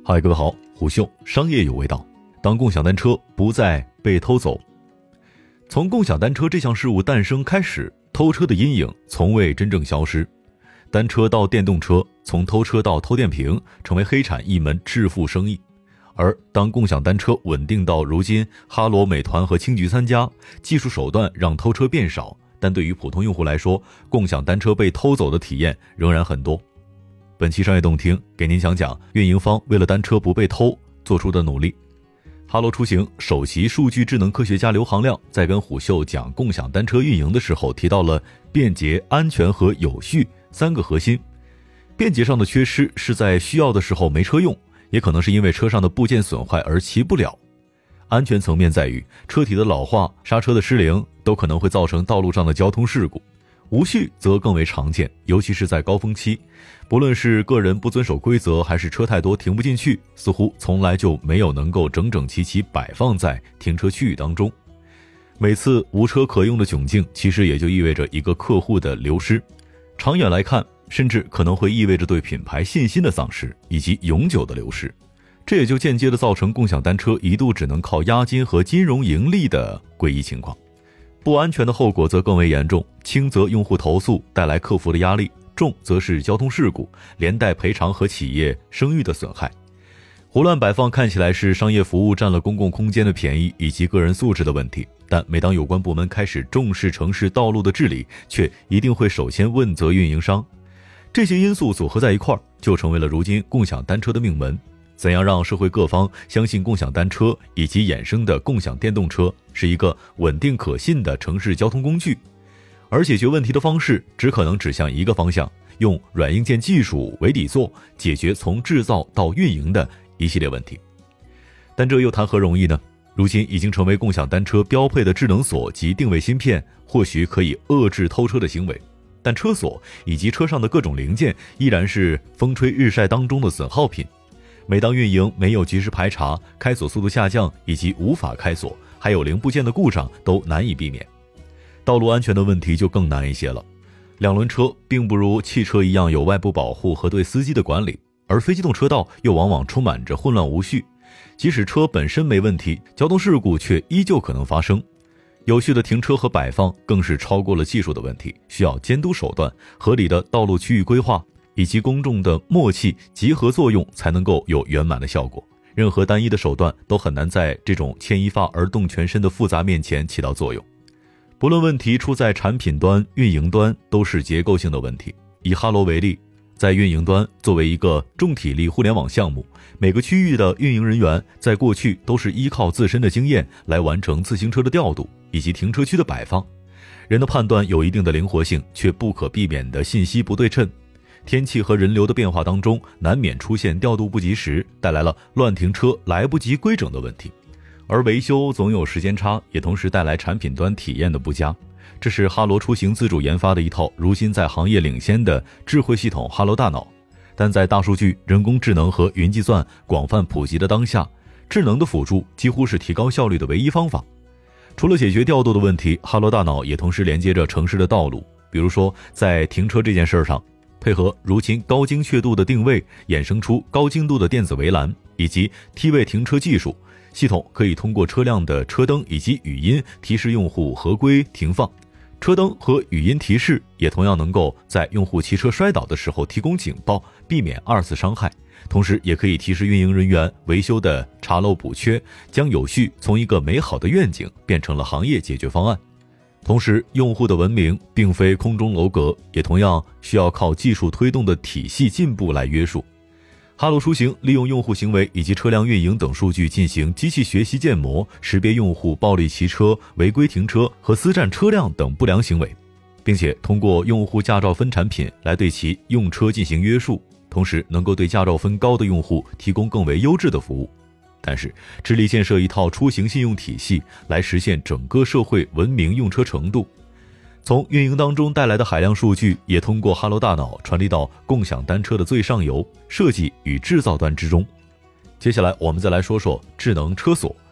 嗨，各位好，虎嗅商业有味道。当共享单车不再被偷走，从共享单车这项事物诞生开始，偷车的阴影从未真正消失。单车到电动车，从偷车到偷电瓶，成为黑产一门致富生意。而当共享单车稳定到如今哈罗、美团和青桔3家，技术手段让偷车变少，但对于普通用户来说，共享单车被偷走的体验仍然很多。本期商业动听给您讲讲运营方为了单车不被偷做出的努力。哈罗出行首席数据智能科学家刘行亮在跟虎嗅讲共享单车运营的时候，提到了便捷、安全和有序3个核心。便捷上的缺失是在需要的时候没车用，也可能是因为车上的部件损坏而骑不了。安全层面在于车体的老化、刹车的失灵都可能会造成道路上的交通事故。无序则更为常见，尤其是在高峰期，不论是个人不遵守规则，还是车太多停不进去，似乎从来就没有能够整整齐齐摆放在停车区域当中。每次无车可用的窘境，其实也就意味着一个客户的流失。长远来看，甚至可能会意味着对品牌信心的丧失，以及永久的流失。这也就间接地造成共享单车一度只能靠押金和金融盈利的诡异情况。不安全的后果则更为严重，轻则用户投诉带来客服的压力，重则是交通事故，连带赔偿和企业声誉的损害。胡乱摆放看起来是商业服务占了公共空间的便宜以及个人素质的问题，但每当有关部门开始重视城市道路的治理，却一定会首先问责运营商。这些因素组合在一块儿，就成为了如今共享单车的命门。怎样让社会各方相信共享单车以及衍生的共享电动车是一个稳定可信的城市交通工具？而解决问题的方式只可能指向一个方向，用软硬件技术为底座，解决从制造到运营的一系列问题。但这又谈何容易呢？如今已经成为共享单车标配的智能锁及定位芯片，或许可以遏制偷车的行为，但车锁以及车上的各种零件依然是风吹日晒当中的损耗品。每当运营没有及时排查，开锁速度下降以及无法开锁，还有零部件的故障都难以避免。道路安全的问题就更难一些了。两轮车并不如汽车一样有外部保护和对司机的管理，而非机动车道又往往充满着混乱无序。即使车本身没问题，交通事故却依旧可能发生。有序的停车和摆放更是超过了技术的问题，需要监督手段、合理的道路区域规划以及公众的默契集合作用，才能够有圆满的效果。任何单一的手段都很难在这种牵一发而动全身的复杂面前起到作用。不论问题出在产品端、运营端，都是结构性的问题。以哈罗为例，在运营端作为一个重体力互联网项目，每个区域的运营人员在过去都是依靠自身的经验来完成自行车的调度以及停车区的摆放。人的判断有一定的灵活性，却不可避免的信息不对称。天气和人流的变化当中，难免出现调度不及时，带来了乱停车、来不及规整的问题。而维修总有时间差，也同时带来产品端体验的不佳。这是哈罗出行自主研发的一套如今在行业领先的智慧系统哈罗大脑。但在大数据、人工智能和云计算广泛普及的当下，智能的辅助几乎是提高效率的唯一方法。除了解决调度的问题，哈罗大脑也同时连接着城市的道路。比如说在停车这件事上，配合如今高精确度的定位，衍生出高精度的电子围栏以及梯位停车技术，系统可以通过车辆的车灯以及语音提示用户合规停放。车灯和语音提示也同样能够在用户骑车摔倒的时候提供警报，避免二次伤害。同时也可以提示运营人员维修的查漏补缺，将有序从一个美好的愿景变成了行业解决方案。同时，用户的文明并非空中楼阁，也同样需要靠技术推动的体系进步来约束。哈罗出行利用用户行为以及车辆运营等数据进行机器学习建模，识别用户暴力骑车、违规停车和私占车辆等不良行为，并且通过用户驾照分产品来对其用车进行约束，同时能够对驾照分高的用户提供更为优质的服务。但是致力建设一套出行信用体系来实现整个社会文明用车程度。从运营当中带来的海量数据也通过哈罗大脑传递到共享单车的最上游设计与制造端之中。接下来我们再来说说智能车锁。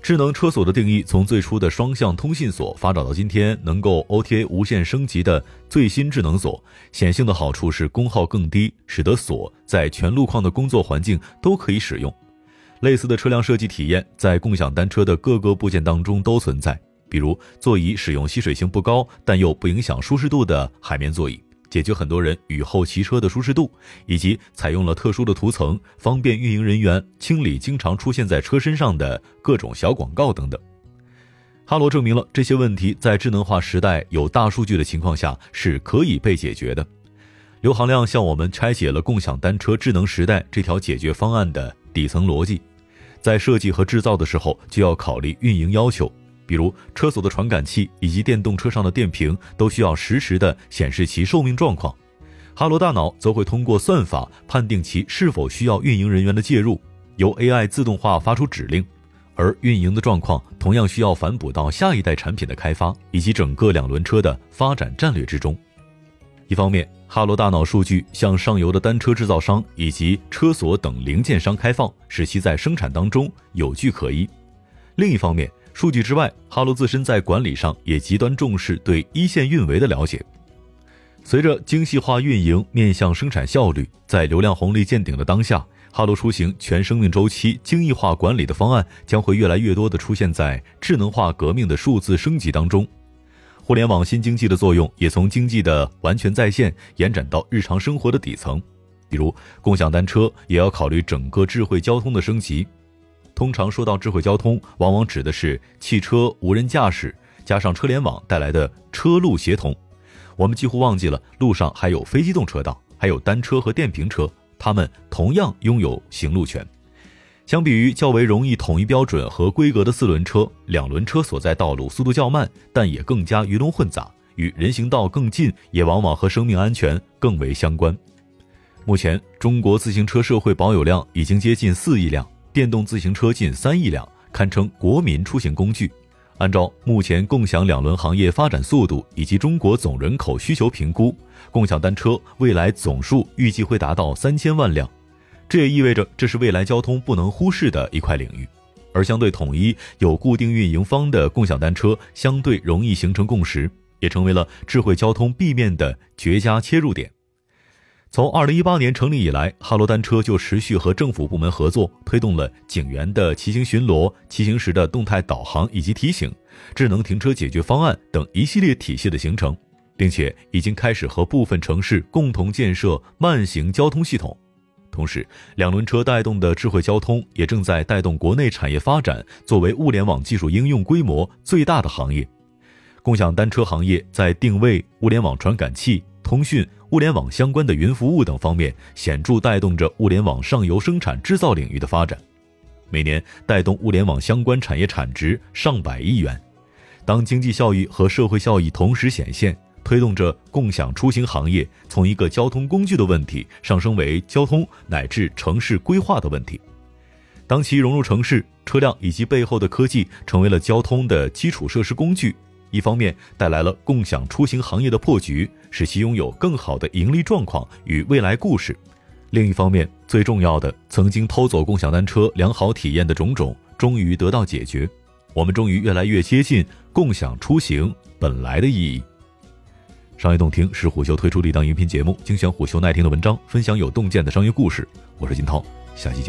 智能车锁的定义从最初的双向通信锁发展到今天能够 OTA 无限升级的最新智能锁，显性的好处是功耗更低，使得锁在全路况的工作环境都可以使用。类似的车辆设计体验在共享单车的各个部件当中都存在，比如座椅使用吸水性不高但又不影响舒适度的海绵座椅，解决很多人雨后骑车的舒适度，以及采用了特殊的涂层，方便运营人员清理经常出现在车身上的各种小广告等等。哈罗证明了这些问题在智能化时代有大数据的情况下是可以被解决的。刘行亮向我们拆解了共享单车智能时代这条解决方案的底层逻辑，在设计和制造的时候就要考虑运营要求，比如车锁的传感器以及电动车上的电瓶都需要实时的显示其寿命状况。哈罗大脑则会通过算法判定其是否需要运营人员的介入，由 AI 自动化发出指令，而运营的状况同样需要反哺到下一代产品的开发以及整个两轮车的发展战略之中。一方面，哈罗大脑数据向上游的单车制造商以及车锁等零件商开放，使其在生产当中有据可依。另一方面，数据之外，哈罗自身在管理上也极端重视对一线运维的了解。随着精细化运营面向生产效率，在流量红利见顶的当下，哈罗出行全生命周期精益化管理的方案将会越来越多地出现在智能化革命的数字升级当中。互联网新经济的作用也从经济的完全在线延展到日常生活的底层，比如共享单车也要考虑整个智慧交通的升级。通常说到智慧交通，往往指的是汽车无人驾驶加上车联网带来的车路协同。我们几乎忘记了路上还有非机动车道，还有单车和电瓶车，它们同样拥有行路权。相比于较为容易统一标准和规格的四轮车，两轮车所在道路速度较慢，但也更加鱼龙混杂，与人行道更近，也往往和生命安全更为相关。目前中国自行车社会保有量已经接近4亿辆，电动自行车近3亿辆，堪称国民出行工具。按照目前共享两轮行业发展速度以及中国总人口需求评估，共享单车未来总数预计会达到3000万辆。这也意味着这是未来交通不能忽视的一块领域，而相对统一有固定运营方的共享单车相对容易形成共识，也成为了智慧交通壁面的绝佳切入点。从2018年成立以来，哈罗单车就持续和政府部门合作，推动了警员的骑行巡逻、骑行时的动态导航以及提醒、智能停车解决方案等一系列体系的形成，并且已经开始和部分城市共同建设慢行交通系统。同时，两轮车带动的智慧交通也正在带动国内产业发展，作为物联网技术应用规模最大的行业。共享单车行业在定位、物联网传感器、通讯、物联网相关的云服务等方面，显著带动着物联网上游生产制造领域的发展，每年带动物联网相关产业产值上百亿元。当经济效益和社会效益同时显现，推动着共享出行行业从一个交通工具的问题上升为交通乃至城市规划的问题。当其融入城市，车辆以及背后的科技成为了交通的基础设施工具，一方面带来了共享出行行业的破局，使其拥有更好的盈利状况与未来故事；另一方面，最重要的，曾经偷走共享单车良好体验的种种终于得到解决，我们终于越来越接近共享出行本来的意义。商业洞听是虎嗅推出的一档音频节目，精选虎嗅耐听的文章，分享有洞见的商业故事。我是金涛，下期见。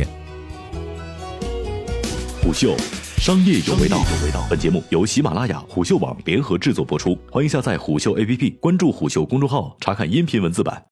虎嗅，商业有味道。本节目由喜马拉雅、虎嗅网联合制作播出，欢迎下载虎嗅 APP， 关注虎嗅公众号，查看音频文字版。